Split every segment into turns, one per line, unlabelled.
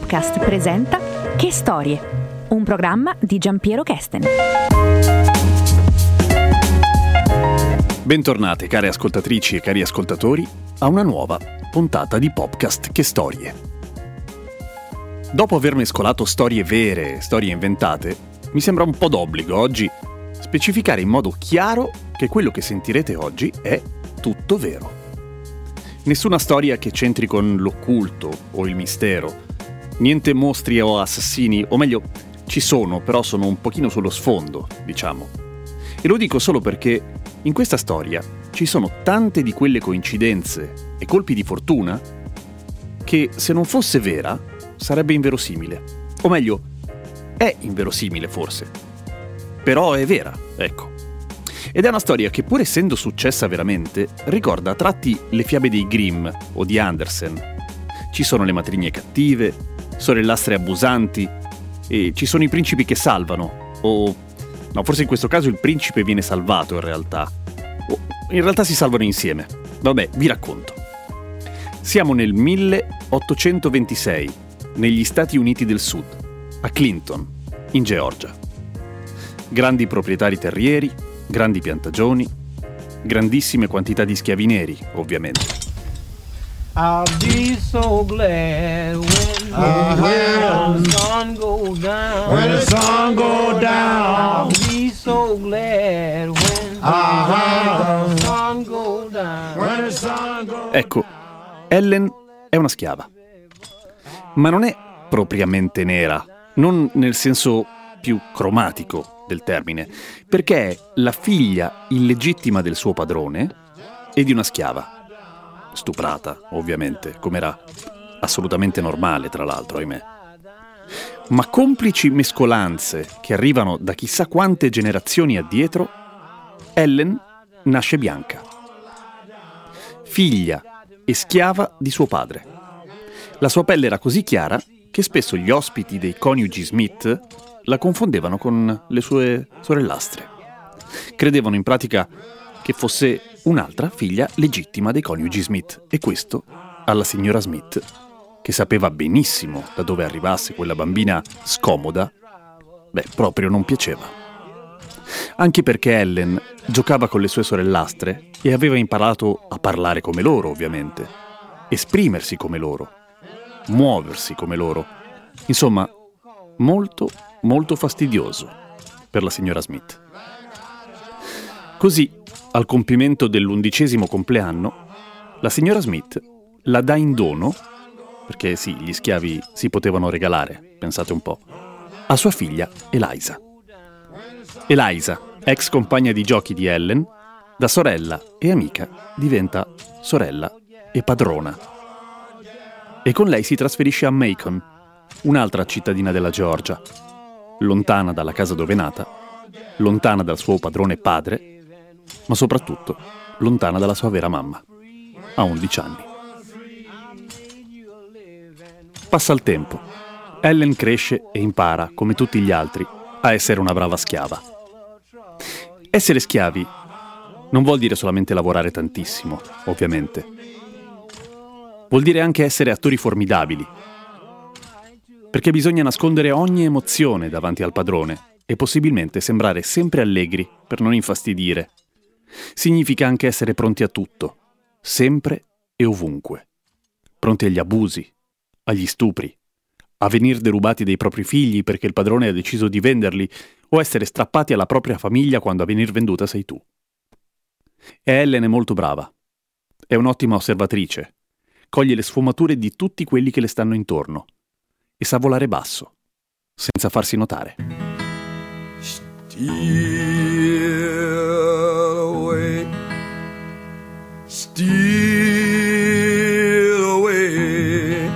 Podcast presenta Che Storie, un programma di Giampiero Kesten.
Bentornate care ascoltatrici e cari ascoltatori a una nuova puntata di podcast Che Storie. Dopo aver mescolato storie vere e storie inventate, mi sembra un po' d'obbligo oggi specificare in modo chiaro che quello che sentirete oggi è tutto vero. Nessuna storia che c'entri con l'occulto o il mistero, niente mostri o assassini, o meglio, ci sono, però sono un pochino sullo sfondo, diciamo. E lo dico solo perché in questa storia ci sono tante di quelle coincidenze e colpi di fortuna che, se non fosse vera, sarebbe inverosimile. O meglio, è inverosimile forse. Però è vera, ecco. Ed è una storia che, pur essendo successa veramente, ricorda a tratti le fiabe dei Grimm o di Andersen. Ci sono le matrigne cattive, sorellastre abusanti, e ci sono i principi che salvano, o... no, forse in questo caso il principe viene salvato in realtà. O in realtà si salvano insieme. Vabbè, vi racconto. Siamo nel 1826, negli Stati Uniti del Sud, a Clinton, in Georgia. Grandi proprietari terrieri, grandi piantagioni, grandissime quantità di schiavi neri, ovviamente.
I'll be so glad when the sun go down.
When the sun go down.
I'll be so glad when the sun go down.
When the sun go
Ecco, Ellen è una schiava. Ma non è propriamente nera, non nel senso più cromatico del termine, perché è la figlia illegittima del suo padrone e di una schiava. Stuprata, ovviamente, come era assolutamente normale, tra l'altro, ahimè. Ma complici mescolanze che arrivano da chissà quante generazioni addietro, Ellen nasce bianca. Figlia e schiava di suo padre. La sua pelle era così chiara che spesso gli ospiti dei coniugi Smith la confondevano con le sue sorellastre. Credevano in pratica che fosse un'altra figlia legittima dei coniugi Smith, e questo alla signora Smith, che sapeva benissimo da dove arrivasse quella bambina scomoda, proprio non piaceva. Anche perché Ellen giocava con le sue sorellastre e aveva imparato a parlare come loro, ovviamente, esprimersi come loro, muoversi come loro. Insomma, molto fastidioso per la signora Smith. Così, al compimento dell'11° compleanno, la signora Smith la dà in dono, perché sì, gli schiavi si potevano regalare, pensate un po', a sua figlia Eliza. Eliza, ex compagna di giochi di Ellen, da sorella e amica diventa sorella e padrona. E con lei si trasferisce a Macon, un'altra cittadina della Georgia, lontana dalla casa dove è nata, lontana dal suo padrone padre, ma soprattutto lontana dalla sua vera mamma, a 11 anni. Passa il tempo. Ellen cresce e impara, come tutti gli altri, a essere una brava schiava. Essere schiavi non vuol dire solamente lavorare tantissimo, ovviamente. Vuol dire anche essere attori formidabili, perché bisogna nascondere ogni emozione davanti al padrone e possibilmente sembrare sempre allegri per non infastidire. Significa anche essere pronti a tutto, sempre e ovunque. Pronti agli abusi, agli stupri, a venir derubati dei propri figli perché il padrone ha deciso di venderli, o essere strappati alla propria famiglia quando a venir venduta sei tu. E Ellen è molto brava. È un'ottima osservatrice. Coglie le sfumature di tutti quelli che le stanno intorno e sa volare basso, senza farsi notare.
steal away, steal away,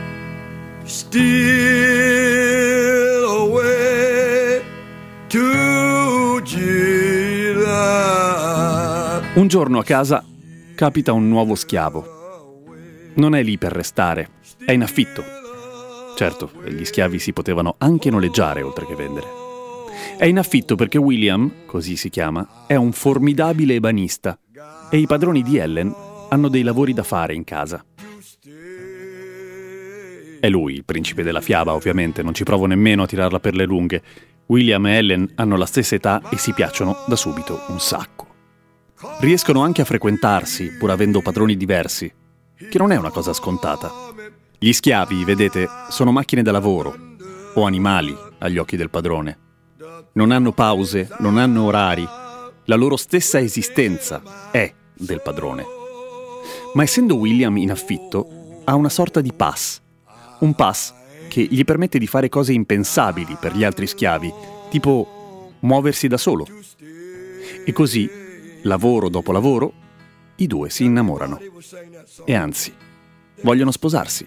steal away to Jesus.
Un giorno a casa capita un nuovo schiavo. Non è lì per restare, è in affitto. Certo, gli schiavi si potevano anche noleggiare oltre che vendere. È in affitto perché William, così si chiama, è un formidabile ebanista e i padroni di Ellen hanno dei lavori da fare in casa. È lui, il principe della fiaba, ovviamente, non ci provo nemmeno a tirarla per le lunghe. William e Ellen hanno la stessa età e si piacciono da subito un sacco. Riescono anche a frequentarsi, pur avendo padroni diversi, che non è una cosa scontata. Gli schiavi, vedete, sono macchine da lavoro, o animali agli occhi del padrone. Non hanno pause, non hanno orari, la loro stessa esistenza è del padrone. Ma essendo William in affitto, ha una sorta di pass. Un pass che gli permette di fare cose impensabili per gli altri schiavi, tipo muoversi da solo. E così, lavoro dopo lavoro, i due si innamorano. E anzi, vogliono sposarsi.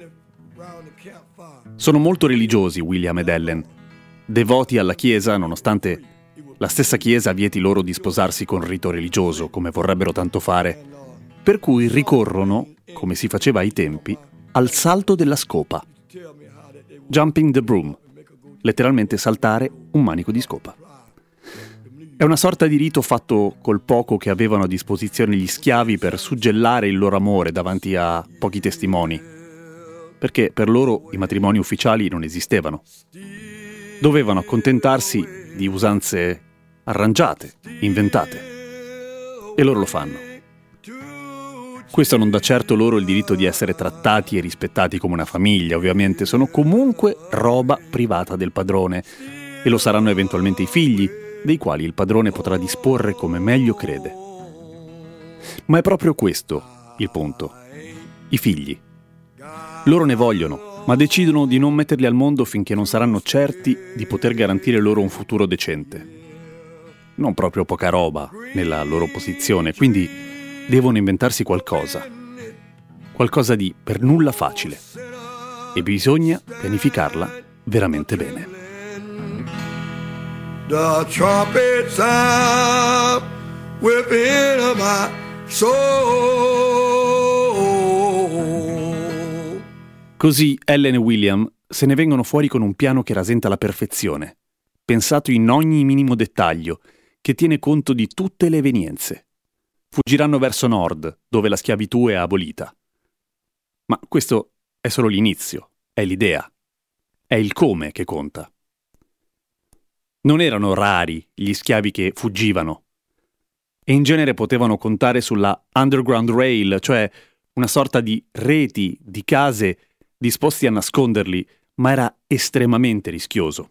Sono molto religiosi William ed Ellen, devoti alla Chiesa, nonostante la stessa Chiesa vieti loro di sposarsi con rito religioso, come vorrebbero tanto fare, per cui ricorrono, come si faceva ai tempi, al salto della scopa. Jumping the broom, letteralmente saltare un manico di scopa. È una sorta di rito fatto col poco che avevano a disposizione gli schiavi per suggellare il loro amore davanti a pochi testimoni, perché per loro i matrimoni ufficiali non esistevano. Dovevano accontentarsi di usanze arrangiate, inventate. E loro lo fanno. Questo non dà certo loro il diritto di essere trattati e rispettati come una famiglia, ovviamente. Sono comunque roba privata del padrone e lo saranno eventualmente i figli, dei quali il padrone potrà disporre come meglio crede. Ma è proprio questo il punto. I figli. Loro ne vogliono, ma decidono di non metterli al mondo finché non saranno certi di poter garantire loro un futuro decente. Non proprio poca roba nella loro posizione, quindi devono inventarsi qualcosa. Qualcosa di per nulla facile. E bisogna pianificarla veramente bene.
The trumpet sound within my soul.
Così Ellen e William se ne vengono fuori con un piano che rasenta la perfezione, pensato in ogni minimo dettaglio, che tiene conto di tutte le evenienze. Fuggiranno verso nord, dove la schiavitù è abolita. Ma questo è solo l'inizio, è l'idea. È il come che conta. Non erano rari gli schiavi che fuggivano, e in genere potevano contare sulla Underground Rail, cioè una sorta di reti di case disposti a nasconderli, ma era estremamente rischioso.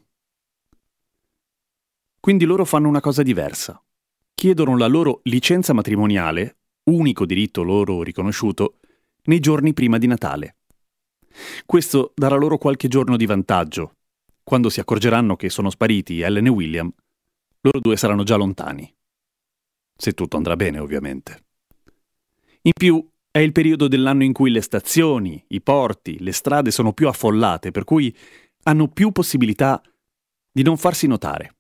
Quindi loro fanno una cosa diversa. Chiedono la loro licenza matrimoniale, unico diritto loro riconosciuto, nei giorni prima di Natale. Questo darà loro qualche giorno di vantaggio. Quando si accorgeranno che sono spariti Ellen e William, loro due saranno già lontani. Se tutto andrà bene, ovviamente. In più, è il periodo dell'anno in cui le stazioni, i porti, le strade sono più affollate, per cui hanno più possibilità di non farsi notare.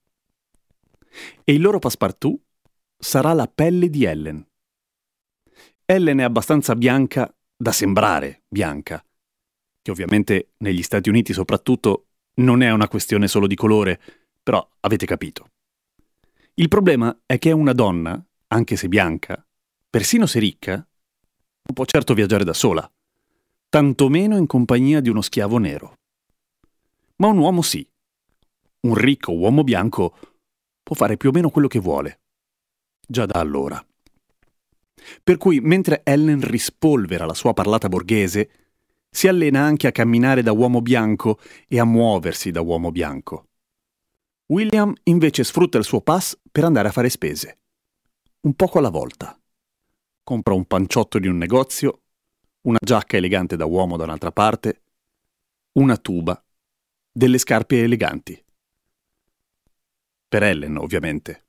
E il loro passepartout sarà la pelle di Ellen. Ellen è abbastanza bianca da sembrare bianca, che ovviamente negli Stati Uniti soprattutto non è una questione solo di colore, però avete capito. Il problema è che è una donna, anche se bianca, persino se ricca, non può certo viaggiare da sola, tantomeno in compagnia di uno schiavo nero. Ma un uomo sì. Un ricco uomo bianco può fare più o meno quello che vuole, già da allora. Per cui, mentre Ellen rispolvera la sua parlata borghese, si allena anche a camminare da uomo bianco e a muoversi da uomo bianco. William invece sfrutta il suo pass per andare a fare spese. Un poco alla volta. Compra un panciotto di un negozio, una giacca elegante da uomo da un'altra parte, una tuba, delle scarpe eleganti. Per Ellen, ovviamente.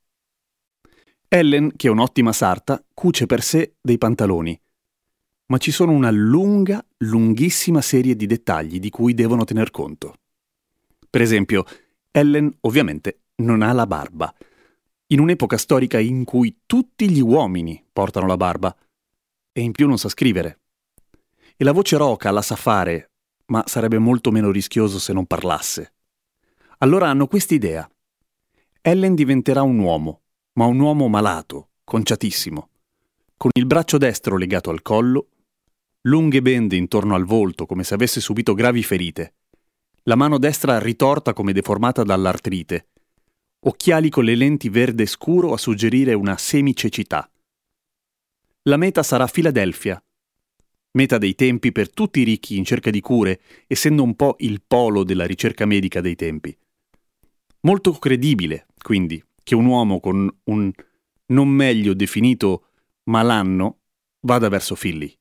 Ellen, che è un'ottima sarta, cuce per sé dei pantaloni, ma ci sono una lunghissima serie di dettagli di cui devono tener conto. Per esempio, Ellen ovviamente non ha la barba, in un'epoca storica in cui tutti gli uomini portano la barba, e in più non sa scrivere. E la voce roca la sa fare, ma sarebbe molto meno rischioso se non parlasse. Allora hanno quest'idea. Ellen diventerà un uomo, ma un uomo malato, conciatissimo, con il braccio destro legato al collo, lunghe bende intorno al volto come se avesse subito gravi ferite, la mano destra ritorta come deformata dall'artrite, occhiali con le lenti verde scuro a suggerire una semicecità. La meta sarà Filadelfia, meta dei tempi per tutti i ricchi in cerca di cure, essendo un po' il polo della ricerca medica dei tempi. Molto credibile, quindi, che un uomo con un non meglio definito malanno vada verso Philly.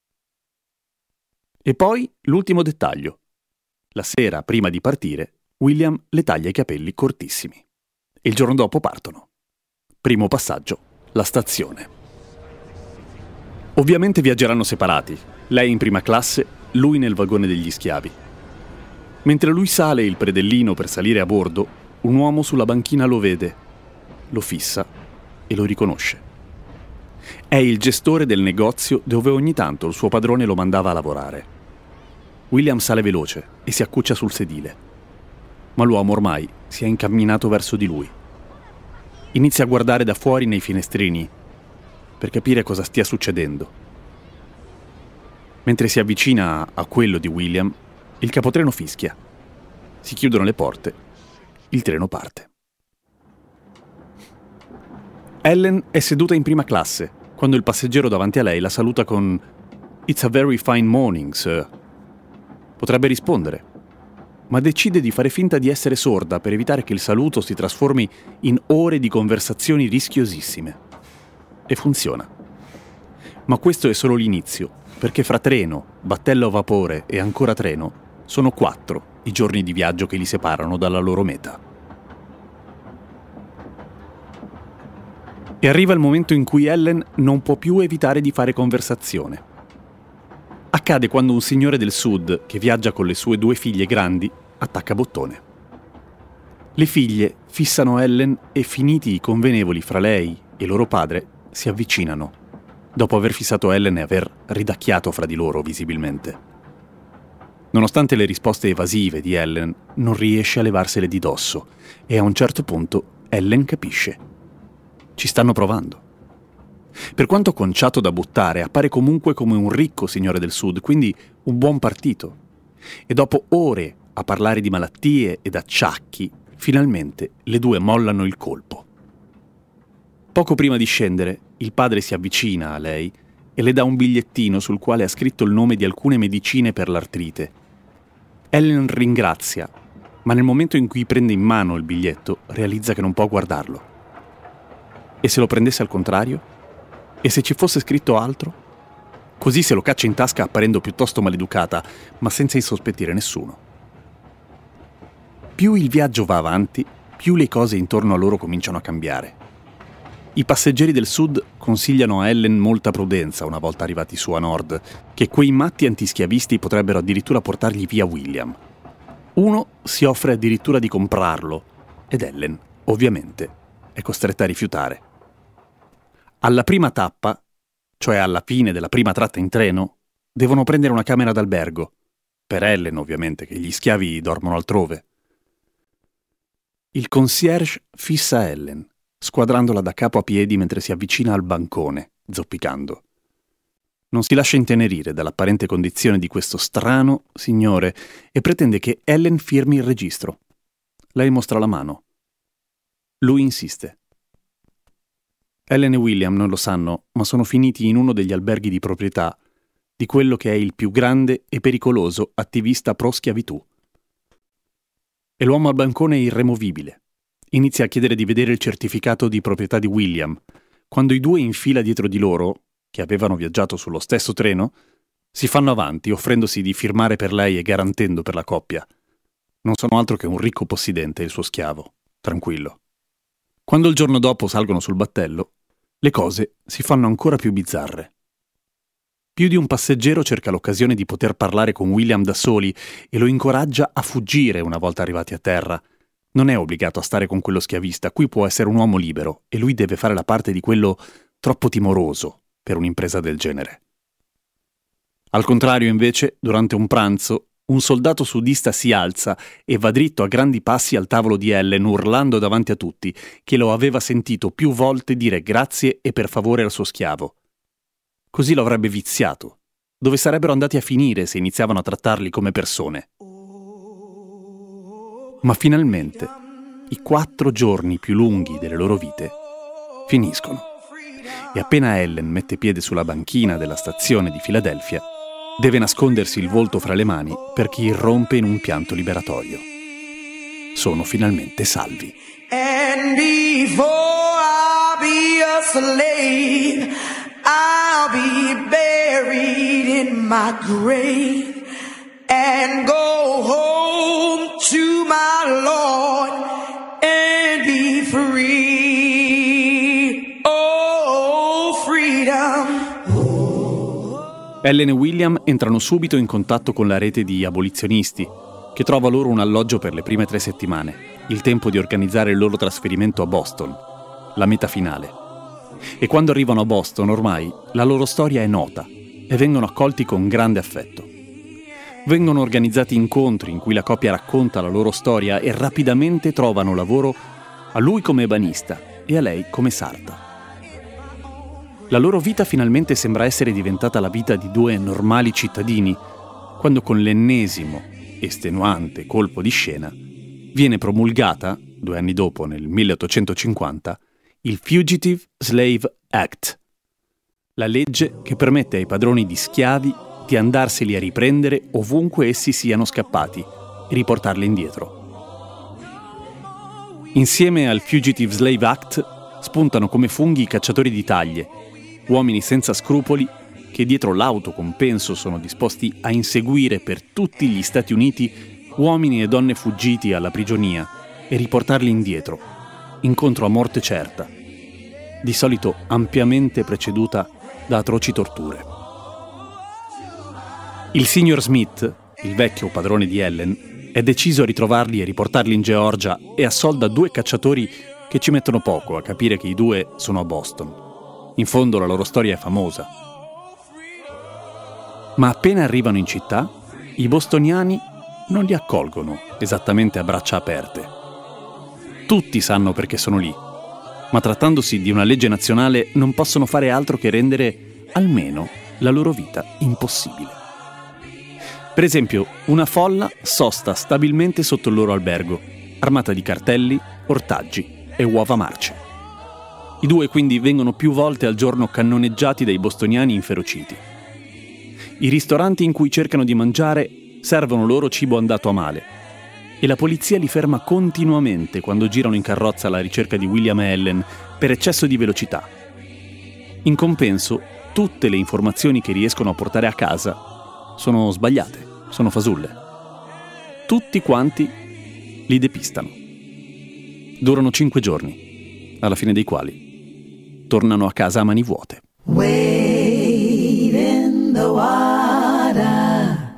E poi l'ultimo dettaglio. La sera, prima di partire, William le taglia i capelli cortissimi. E il giorno dopo partono. Primo passaggio, la stazione. Ovviamente viaggeranno separati, lei in prima classe, lui nel vagone degli schiavi. Mentre lui sale il predellino per salire a bordo, un uomo sulla banchina lo vede, lo fissa e lo riconosce. È il gestore del negozio dove ogni tanto il suo padrone lo mandava a lavorare. William sale veloce e si accuccia sul sedile, ma l'uomo ormai si è incamminato verso di lui. Inizia a guardare da fuori nei finestrini per capire cosa stia succedendo. Mentre si avvicina a quello di William, il capotreno fischia. Si chiudono le porte. Il treno parte. Ellen è seduta in prima classe, quando il passeggero davanti a lei la saluta con «It's a very fine morning, sir». Potrebbe rispondere, ma decide di fare finta di essere sorda per evitare che il saluto si trasformi in ore di conversazioni rischiosissime. E funziona. Ma questo è solo l'inizio, perché fra treno, battello a vapore e ancora treno, sono 4 i giorni di viaggio che li separano dalla loro meta. E arriva il momento in cui Ellen non può più evitare di fare conversazione. Accade quando un signore del sud, che viaggia con le sue 2 figlie grandi, attacca bottone. Le figlie fissano Ellen e, finiti i convenevoli fra lei e loro padre, si avvicinano, dopo aver fissato Ellen e aver ridacchiato fra di loro visibilmente. Nonostante le risposte evasive di Ellen, non riesce a levarsele di dosso e a un certo punto Ellen capisce. Ci stanno provando. Per quanto conciato da buttare, appare comunque come un ricco signore del sud, quindi un buon partito. E dopo ore a parlare di malattie ed acciacchi, finalmente le 2 mollano il colpo. Poco prima di scendere, il padre si avvicina a lei e le dà un bigliettino sul quale ha scritto il nome di alcune medicine per l'artrite. Ellen ringrazia, ma nel momento in cui prende in mano il biglietto, realizza che non può guardarlo. E se lo prendesse al contrario? E se ci fosse scritto altro? Così se lo caccia in tasca apparendo piuttosto maleducata, ma senza insospettire nessuno. Più il viaggio va avanti, più le cose intorno a loro cominciano a cambiare. I passeggeri del sud consigliano a Ellen molta prudenza una volta arrivati su a nord, che quei matti antischiavisti potrebbero addirittura portargli via William. Uno si offre addirittura di comprarlo, ed Ellen, ovviamente, è costretta a rifiutare. Alla prima tappa, cioè alla fine della prima tratta in treno, devono prendere una camera d'albergo. Per Ellen, ovviamente, che gli schiavi dormono altrove. Il concierge fissa Ellen, squadrandola da capo a piedi mentre si avvicina al bancone, zoppicando. Non si lascia intenerire dall'apparente condizione di questo strano signore e pretende che Ellen firmi il registro. Lei mostra la mano. Lui insiste. Ellen e William non lo sanno, ma sono finiti in uno degli alberghi di proprietà di quello che è il più grande e pericoloso attivista pro schiavitù. E l'uomo al bancone è irremovibile. Inizia a chiedere di vedere il certificato di proprietà di William, quando i 2 in fila dietro di loro, che avevano viaggiato sullo stesso treno, si fanno avanti offrendosi di firmare per lei e garantendo per la coppia. Non sono altro che un ricco possidente e il suo schiavo, tranquillo. Quando il giorno dopo salgono sul battello, le cose si fanno ancora più bizzarre. Più di un passeggero cerca l'occasione di poter parlare con William da soli e lo incoraggia a fuggire una volta arrivati a terra. Non è obbligato a stare con quello schiavista, qui può essere un uomo libero e lui deve fare la parte di quello troppo timoroso per un'impresa del genere. Al contrario, invece, durante un pranzo, un soldato sudista si alza e va dritto a grandi passi al tavolo di Ellen, urlando davanti a tutti che lo aveva sentito più volte dire grazie e per favore al suo schiavo. Così lo avrebbe viziato, dove sarebbero andati a finire se iniziavano a trattarli come persone. Ma finalmente i 4 giorni più lunghi delle loro vite finiscono. E appena Ellen mette piede sulla banchina della stazione di Filadelfia, deve nascondersi il volto fra le mani perché irrompe in un pianto liberatorio. Sono finalmente salvi.
And before I'll be a slave, I'll be buried in my grave and go home to my Lord and be free. Oh, freedom.
Ellen e William entrano subito in contatto con la rete di abolizionisti, che trova loro un alloggio per le prime 3 settimane, il tempo di organizzare il loro trasferimento a Boston, la meta finale. E quando arrivano a Boston, ormai, la loro storia è nota e vengono accolti con grande affetto. Vengono organizzati incontri in cui la coppia racconta la loro storia e rapidamente trovano lavoro a lui come ebanista e a lei come sarta. La loro vita finalmente sembra essere diventata la vita di 2 normali cittadini, quando con l'ennesimo, estenuante colpo di scena viene promulgata, 2 anni dopo, nel 1850, il Fugitive Slave Act, la legge che permette ai padroni di schiavi di andarseli a riprendere ovunque essi siano scappati e riportarli indietro. Insieme al Fugitive Slave Act spuntano come funghi i cacciatori di taglie, uomini senza scrupoli che dietro l'autocompenso sono disposti a inseguire per tutti gli Stati Uniti uomini e donne fuggiti alla prigionia e riportarli indietro, incontro a morte certa, di solito ampiamente preceduta da atroci torture. Il signor Smith, il vecchio padrone di Ellen, è deciso a ritrovarli e riportarli in Georgia e assolda 2 cacciatori che ci mettono poco a capire che i 2 sono a Boston. In fondo la loro storia è famosa. Ma appena arrivano in città, i bostoniani non li accolgono esattamente a braccia aperte. Tutti sanno perché sono lì, ma trattandosi di una legge nazionale non possono fare altro che rendere almeno la loro vita impossibile. Per esempio, una folla sosta stabilmente sotto il loro albergo, armata di cartelli, ortaggi e uova marce. I 2 quindi vengono più volte al giorno cannoneggiati dai bostoniani inferociti. I ristoranti in cui cercano di mangiare servono loro cibo andato a male e la polizia li ferma continuamente quando girano in carrozza alla ricerca di William e Ellen per eccesso di velocità. In compenso, tutte le informazioni che riescono a portare a casa sono sbagliate, sono fasulle. Tutti quanti li depistano. Durano 5 giorni, alla fine dei quali tornano a casa a mani vuote.
Wade in the water,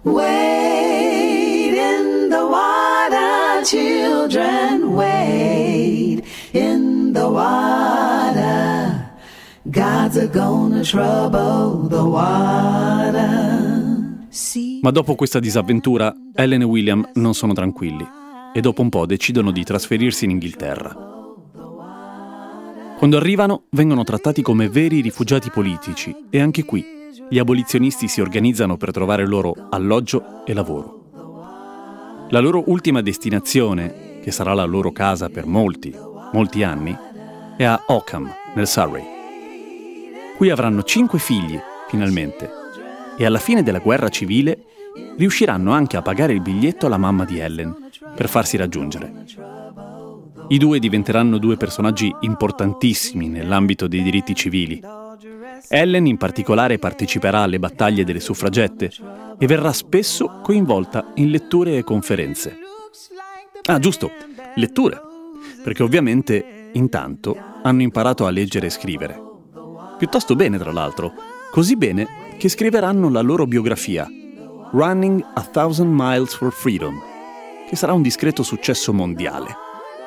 wade in the water, children, wade in the water. God's gonna trouble the water.
Ma dopo questa disavventura, Ellen e William non sono tranquilli e dopo un po' decidono di trasferirsi in Inghilterra. Quando arrivano, vengono trattati come veri rifugiati politici e anche qui gli abolizionisti si organizzano per trovare loro alloggio e lavoro. La loro ultima destinazione, che sarà la loro casa per molti anni, è a Oakham, nel Surrey. Qui avranno 5 figli, finalmente, e alla fine della guerra civile riusciranno anche a pagare il biglietto alla mamma di Ellen per farsi raggiungere. I 2 diventeranno 2 personaggi importantissimi nell'ambito dei diritti civili. Ellen in particolare parteciperà alle battaglie delle suffragette e verrà spesso coinvolta in letture e conferenze. Ah, giusto, letture, perché ovviamente intanto hanno imparato a leggere e scrivere. Piuttosto bene, tra l'altro, così bene che scriveranno la loro biografia, Running 1,000 Miles for Freedom, che sarà un discreto successo mondiale.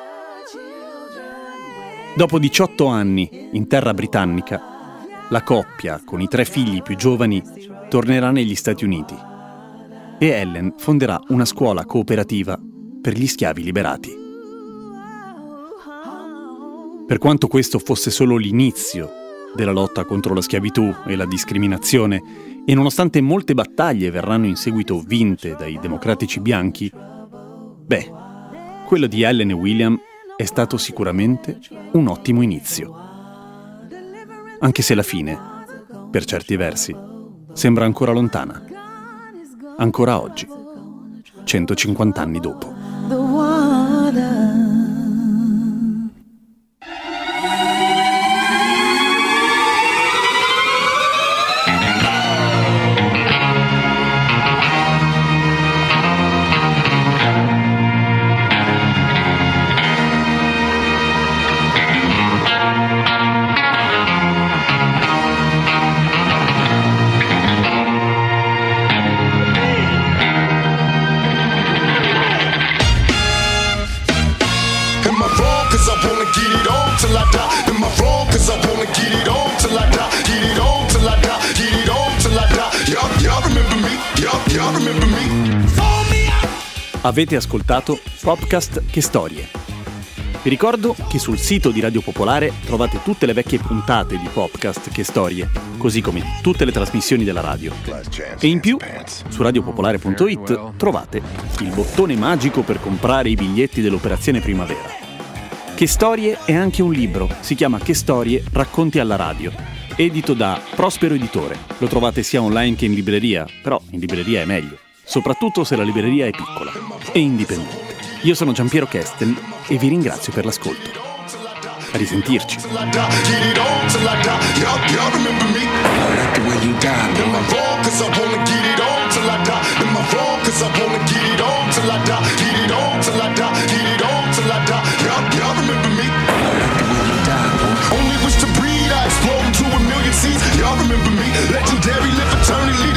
Dopo 18 anni in terra britannica, la coppia, con i 3 figli più giovani, tornerà negli Stati Uniti e Ellen fonderà una scuola cooperativa per gli schiavi liberati. Per quanto questo fosse solo l'inizio della lotta contro la schiavitù e la discriminazione, e nonostante molte battaglie verranno in seguito vinte dai democratici bianchi, quello di Ellen e William è stato sicuramente un ottimo inizio. Anche se la fine, per certi versi, sembra ancora lontana. Ancora oggi, 150 anni dopo.
The water.
Avete ascoltato Popcast Che Storie. Vi ricordo che sul sito di Radio Popolare trovate tutte le vecchie puntate di Popcast Che Storie, così come tutte le trasmissioni della radio. E in più, su radiopopolare.it trovate il bottone magico per comprare i biglietti dell'Operazione Primavera. Che Storie è anche un libro, si chiama Che Storie, racconti alla radio, edito da Prospero Editore. Lo trovate sia online che in libreria, però in libreria è meglio, soprattutto se la libreria è piccola e indipendente. Io sono Giampiero Kesten e vi ringrazio per l'ascolto. A risentirci.
Y'all remember me, legendary, live eternally.